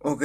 Ok,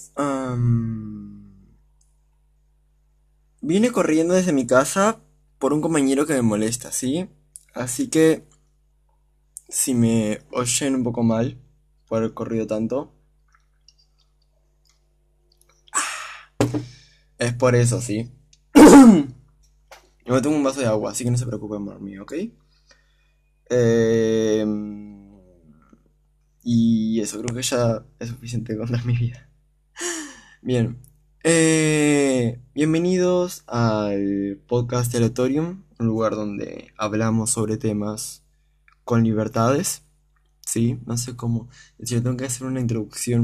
vine corriendo desde mi casa por un compañero que me molesta, ¿sí? Así que si me oyen un poco mal por haber corrido tanto, es por eso, ¿sí? Yo me tomo un vaso de agua, así que no se preocupen por mí, ¿ok? Eh, y eso, creo que ya es suficiente contar mi vida. Bien, bienvenidos al podcast Teletorium, un lugar donde hablamos sobre temas con libertades. Sí, no sé cómo decir, tengo que hacer una introducción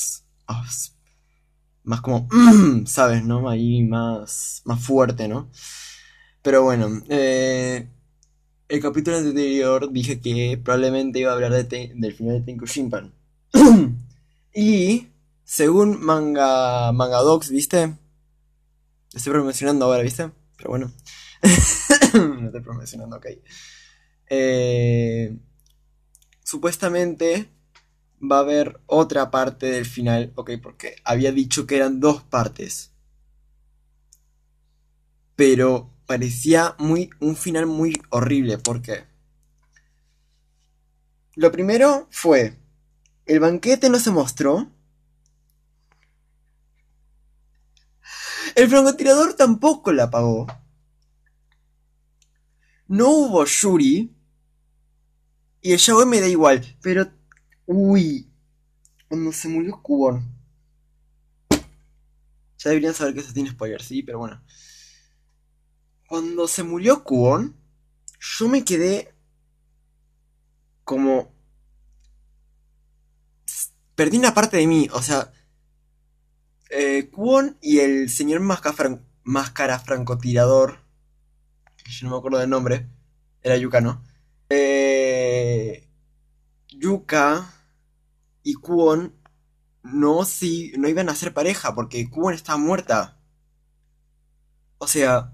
más como, ¿sabes? ¿No? Ahí más fuerte, ¿no? Pero bueno, el capítulo anterior dije que probablemente iba a hablar del final de Tenku Shinpan. Y según Manga Docs, ¿viste? Estoy promocionando ahora, ¿viste? Pero bueno, no estoy promocionando, ok. Eh, Supuestamente va a haber otra parte del final, ok, porque había dicho que eran dos partes, pero parecía un final muy horrible, porque lo primero fue, el banquete no se mostró, el francotirador tampoco la apagó, no hubo Yuri, y el Yaoi me da igual, pero, uy, cuando se murió Kubon, ya deberían saber que eso tiene spoiler, sí, pero bueno, cuando se murió Kubon, yo me quedé como, perdí una parte de mí, o sea, Kwon y el señor máscara francotirador, que yo no me acuerdo del nombre, era Yuka, ¿no? Yuka y Kwon no iban a ser pareja porque Kwon estaba muerta. O sea,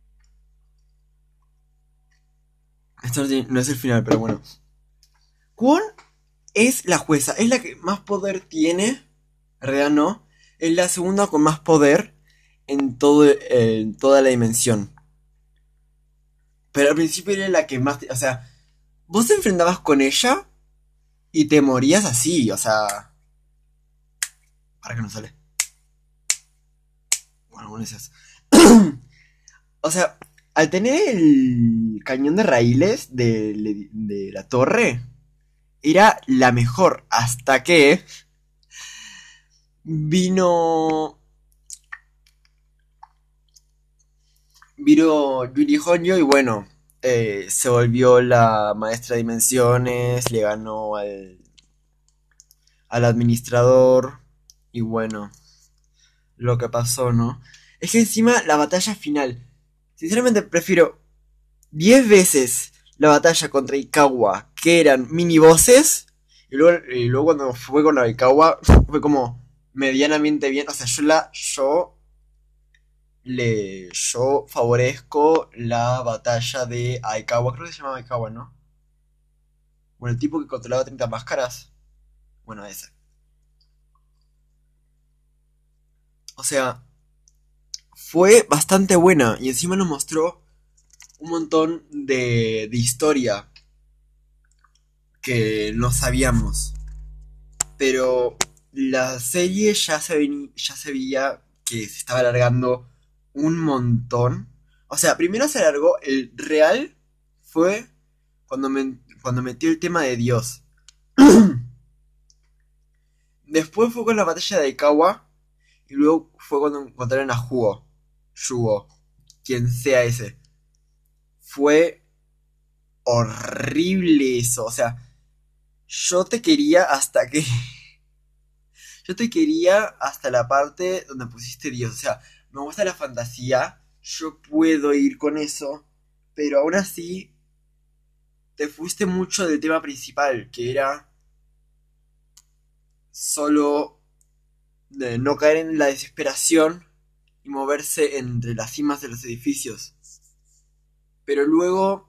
esto no es el final, pero bueno. Kwon es la jueza, es la que más poder tiene, en realidad no, es la segunda con más poder en toda la dimensión. Pero al principio era la que más, o sea, vos te enfrentabas con ella y te morías así, o sea. ¿Para qué no sale? Bueno, bueno, esas. O sea, al tener el cañón de raíles de la torre, era la mejor. Hasta que vino. Vino Yuri Honjo y bueno, se volvió la maestra de dimensiones, le ganó al administrador y bueno, lo que pasó, ¿no? Es que encima la batalla final, sinceramente prefiero 10 veces la batalla contra Ikawa, que eran mini bosses, y luego cuando fue con Ikawa fue como medianamente bien, o sea, yo favorezco la batalla de Aikawa, creo que se llamaba Aikawa, ¿no? Bueno, el tipo que controlaba 30 máscaras, bueno, ese. O sea, fue bastante buena y encima nos mostró un montón de historia que no sabíamos. Pero la serie ya se veía que se estaba alargando un montón. O sea, primero se alargó el real fue cuando metió el tema de Dios. Después fue con la batalla de Kawa y luego fue cuando encontraron a Yugo, quien sea ese. Fue horrible eso, o sea, yo te quería hasta que yo te quería hasta la parte donde pusiste Dios. O sea, me gusta la fantasía. Yo puedo ir con eso. Pero aún así, te fuiste mucho del tema principal. Que era solo de no caer en la desesperación y moverse entre las cimas de los edificios. Pero luego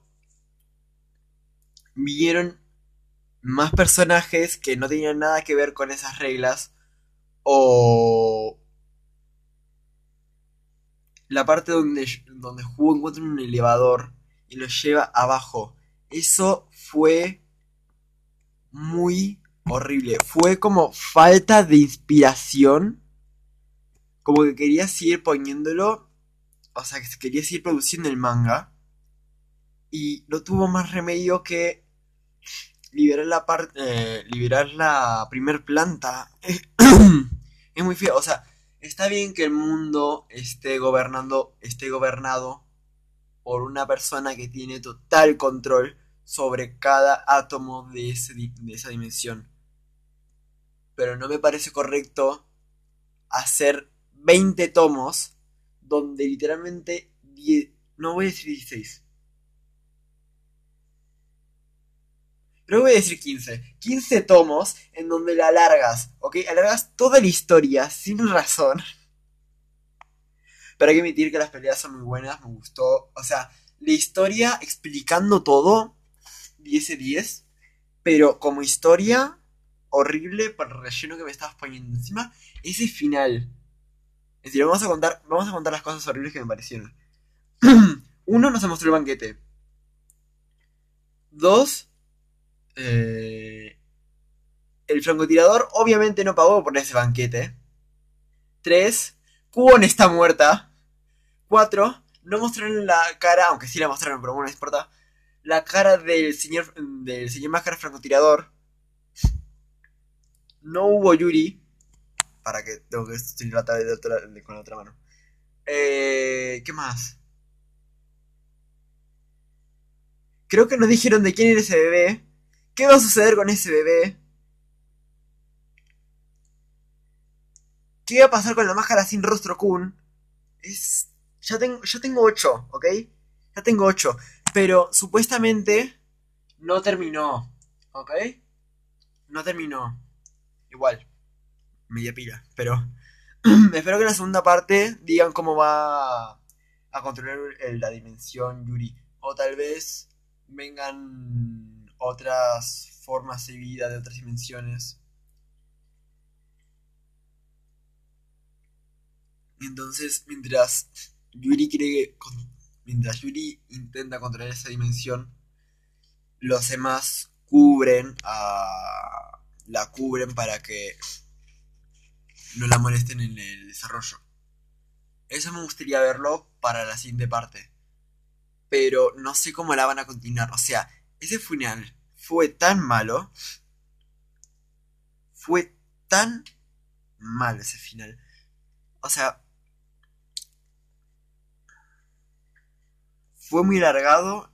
vinieron más personajes que no tenían nada que ver con esas reglas. O la parte donde Hugo encuentra un elevador y lo lleva abajo. Eso fue muy horrible. Fue como falta de inspiración. Como que quería seguir poniéndolo. O sea, que quería seguir produciendo el manga. Y no tuvo más remedio que liberar la primer planta. Es muy feo. O sea, está bien que el mundo esté gobernado por una persona que tiene total control sobre cada átomo de esa dimensión. Pero no me parece correcto hacer 20 tomos donde literalmente no voy a decir 16. Creo que voy a decir 15 tomos en donde la alargas, ¿ok? Alargas toda la historia sin razón. Pero hay que admitir que las peleas son muy buenas, me gustó. O sea, la historia explicando todo, 10 de 10. Pero como historia, horrible por el relleno que me estabas poniendo encima. Ese final. Es decir, vamos a contar las cosas horribles que me parecieron. Uno, no se mostró el banquete. Dos, el francotirador obviamente no pagó por ese banquete. Tres, Kuon está muerta. Cuatro, no mostraron la cara, aunque sí la mostraron, pero bueno, no importa. La cara del señor Máscara francotirador. No hubo Yuri. Para que tengo que estoy tratando con la otra mano. ¿Qué más? Creo que nos dijeron de quién era ese bebé. ¿Qué va a suceder con ese bebé? ¿Qué va a pasar con la máscara sin rostro Kun? Es. Ya tengo 8, ¿ok? Ya tengo 8. Pero supuestamente no terminó. ¿Ok? No terminó. Igual. Media pila. Pero. Espero que en la segunda parte digan cómo va a controlar la dimensión Yuri. O tal vez vengan otras formas de vida de otras dimensiones. Entonces, mientras Yuri intenta controlar esa dimensión, los demás la cubren para que no la molesten en el desarrollo. Eso me gustaría verlo para la siguiente parte. Pero no sé cómo la van a continuar. O sea, ese final fue tan malo. Fue tan malo ese final. O sea, fue muy largado.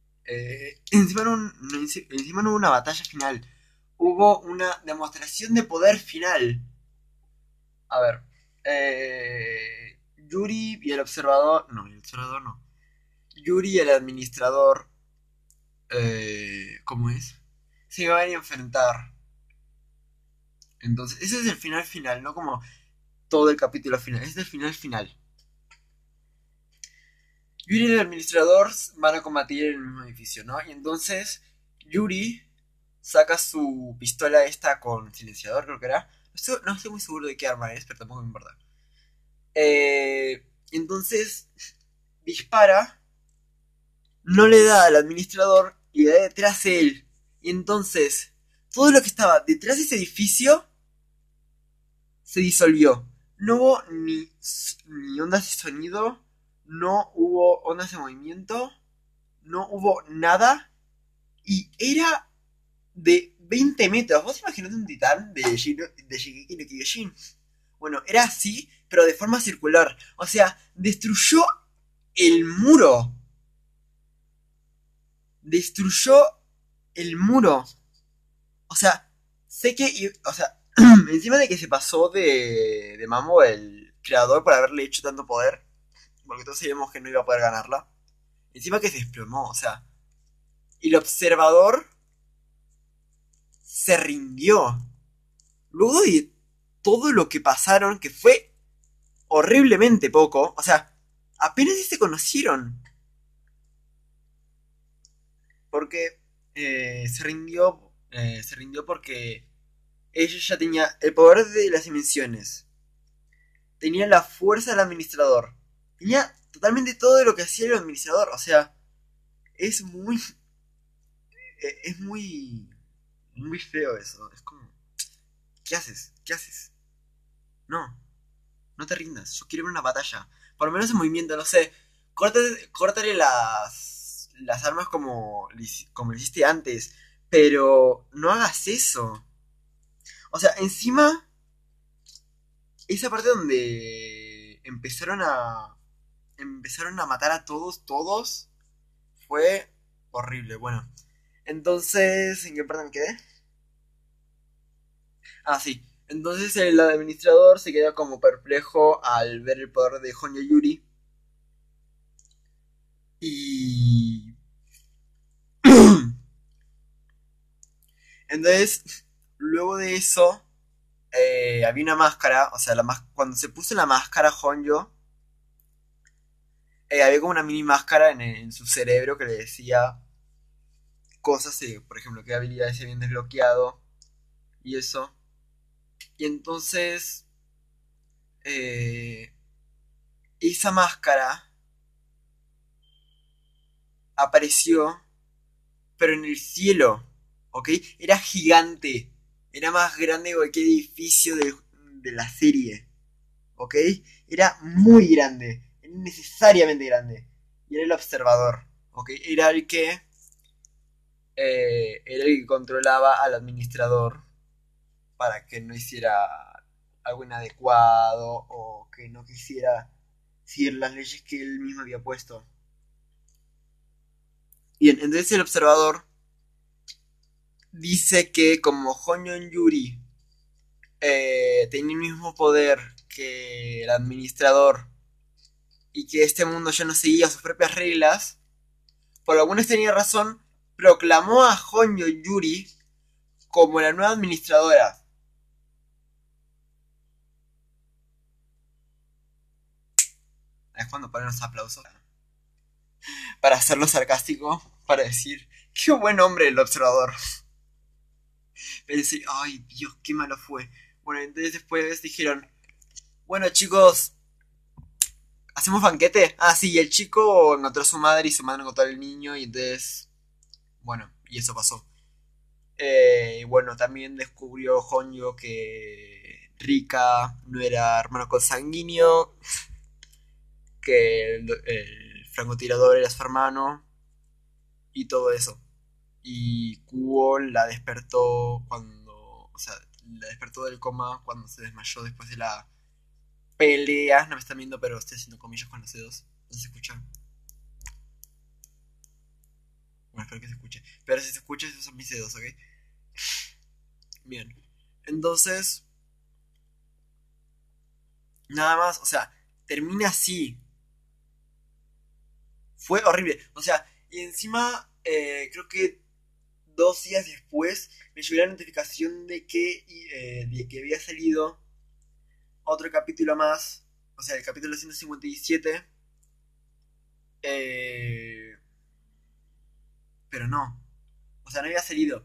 Encima no hubo una batalla final. Hubo una demostración de poder final. A ver. Yuri y el observador. No, el observador no. Yuri y el administrador. ¿Cómo es? Se iban a enfrentar. Entonces, ese es el final final, no como todo el capítulo final. Ese es el final final. Yuri y el administrador van a combatir en el mismo edificio, ¿no? Y entonces Yuri saca su pistola esta con silenciador, creo que era. No estoy muy seguro de qué arma es, pero tampoco me importa. Entonces dispara, no le da al administrador y le da detrás de él. Y entonces todo lo que estaba detrás de ese edificio se disolvió. No hubo ni ondas de sonido, no hubo ondas de movimiento, no hubo nada. Y era de 20 metros. ¿Vos imaginate un titán de Shingeki no Kyojin? Bueno, era así, pero de forma circular. O sea, destruyó el muro. Destruyó el muro. O sea, sé que. O sea, encima de que se pasó de Mamo el creador por haberle hecho tanto poder. Porque todos sabíamos que no iba a poder ganarla. Encima que se desplomó, o sea. Y el observador se rindió. Luego de todo lo que pasaron, que fue horriblemente poco, o sea, apenas si se conocieron. Porque se rindió porque ella ya tenía el poder de las dimensiones, tenía la fuerza del administrador, tenía totalmente todo lo que hacía el administrador. O sea, es muy, es muy feo eso. Es como, ¿qué haces? ¿Qué haces? No, no te rindas. Yo quiero ver una batalla. Por lo menos en movimiento, no sé. Córtale las armas como lo hiciste antes. Pero no hagas eso. O sea, encima, esa parte donde empezaron a matar a todos, fue horrible. Bueno, entonces, ¿en qué parte me quedé? Ah, sí. Entonces el administrador se queda como perplejo al ver el poder de Honjo Yuri. Y... Entonces, luego de eso, había una máscara. O sea, cuando se puso la máscara Honjo, había como una mini máscara en su cerebro que le decía cosas, por ejemplo, qué habilidades se habían desbloqueado y eso. Y entonces, eh, esa máscara apareció, pero en el cielo, ¿ok? Era gigante, era más grande que cualquier edificio de la serie, ¿ok? Era muy grande, era innecesariamente grande. Y era el observador, ¿ok? Era el que controlaba al administrador para que no hiciera algo inadecuado o que no quisiera seguir las leyes que él mismo había puesto. Bien, entonces el observador dice que como Honyon Yuri tenía el mismo poder que el administrador y que este mundo ya no seguía sus propias reglas, por algunos tenía razón, proclamó a Honyon Yuri como la nueva administradora. Es cuando ponen los aplausos para hacerlo sarcástico, para decir, qué buen hombre el observador. Pensé, ay Dios, qué malo fue. Bueno, entonces después dijeron, bueno chicos, ¿hacemos banquete? Ah, sí, y el chico encontró a su madre y su madre encontró al niño y entonces, bueno, y eso pasó. Bueno, también descubrió Honjo que Rika no era hermano consanguíneo, que el francotirador era su hermano y todo eso. Y Kuo la despertó o sea, la despertó del coma cuando se desmayó después de la pelea. No me están viendo, pero estoy haciendo comillas con los dedos. No se escucha. Bueno, espero que se escuche. Pero si se escucha, esos son mis dedos, ¿ok? Bien. Entonces, nada más, o sea, termina así. Fue horrible. O sea, y encima, creo que 2 días después me llegó la notificación de que había salido otro capítulo más. O sea, el capítulo 157. Eh, pero no. O sea, no había salido.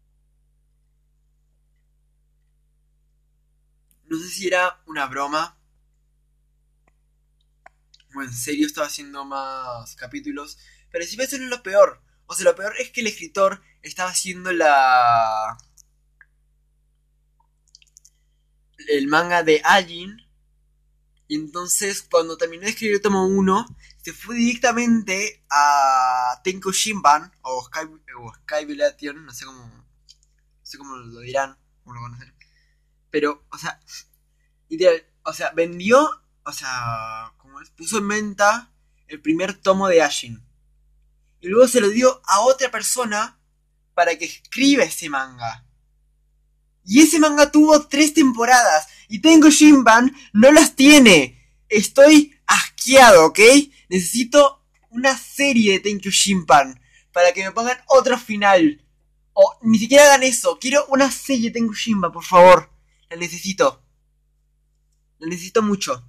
No sé si era una broma o en serio estaba haciendo más capítulos. Pero si eso no es lo peor. O sea, lo peor es que el escritor estaba haciendo el manga de Ajin. Y entonces, cuando terminó de escribir el tomo 1, se fue directamente a Tenko Shinban o Sky Villation, no sé cómo lo dirán, cómo lo conocen. Pero, o sea, ideal, o sea, vendió, o sea, ¿cómo es? Puso en venta el primer tomo de Ashin. Y luego se lo dio a otra persona para que escriba ese manga. Y ese manga tuvo 3 temporadas. Y Tengo Shinban no las tiene. Estoy asqueado, ¿ok? Necesito una serie de Thank You Shinban para que me pongan otro final. O ni siquiera hagan eso. Quiero una serie de Thank You Shinban, por favor. La necesito. La necesito mucho.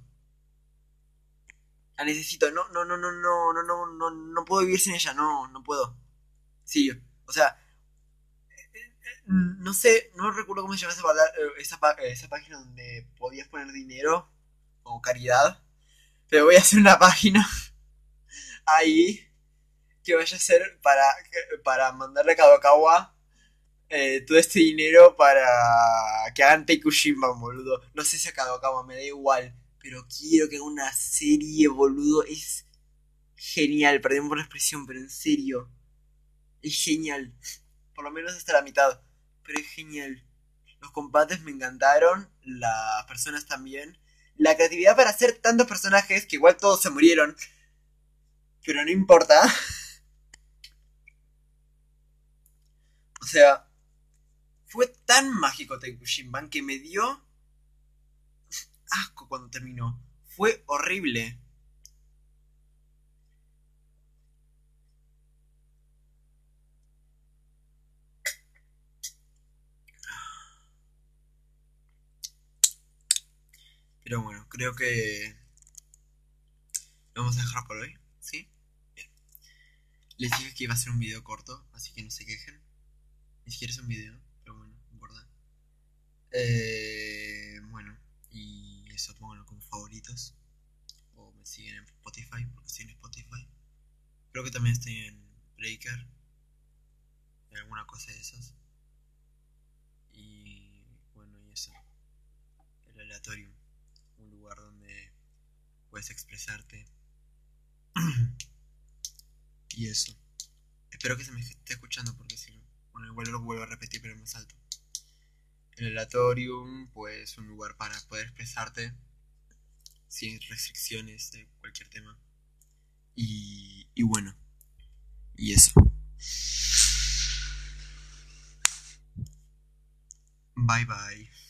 La necesito. No, no, no, no, no, no, no, no puedo vivir sin ella. No, no puedo. Sí, o sea, No sé, no recuerdo cómo se llama esa página donde podías poner dinero o caridad, pero voy a hacer una página ahí que vaya a ser para mandarle a Kadokawa todo este dinero para que hagan Teikushinban, boludo. No sé si a Kadokawa me da igual, pero quiero que haga una serie, boludo. Es genial, perdón por la expresión, pero en serio, es genial. Por lo menos hasta la mitad, pero es genial. Los combates me encantaron, las personas también. La creatividad para hacer tantos personajes, que igual todos se murieron, pero no importa. O sea, fue tan mágico Teikushinban que me dio asco cuando terminó. Fue horrible. Pero bueno, creo que lo vamos a dejar por hoy, ¿sí? Bien. Les dije que iba a ser un video corto, así que no se quejen. Ni siquiera es un video, pero bueno, no importa. Bueno, y eso pónganlo como favoritos. O me siguen en Spotify, porque estoy en Spotify. Creo que también estoy en Breaker, en alguna cosa de esas. Y bueno, y eso. El aleatorium, un lugar donde puedes expresarte. Y eso. Espero que se me esté escuchando porque si no. Bueno, igual lo vuelvo a repetir, pero más alto. El aleatorium, pues un lugar para poder expresarte sin restricciones de cualquier tema. Y bueno, y eso. Bye bye.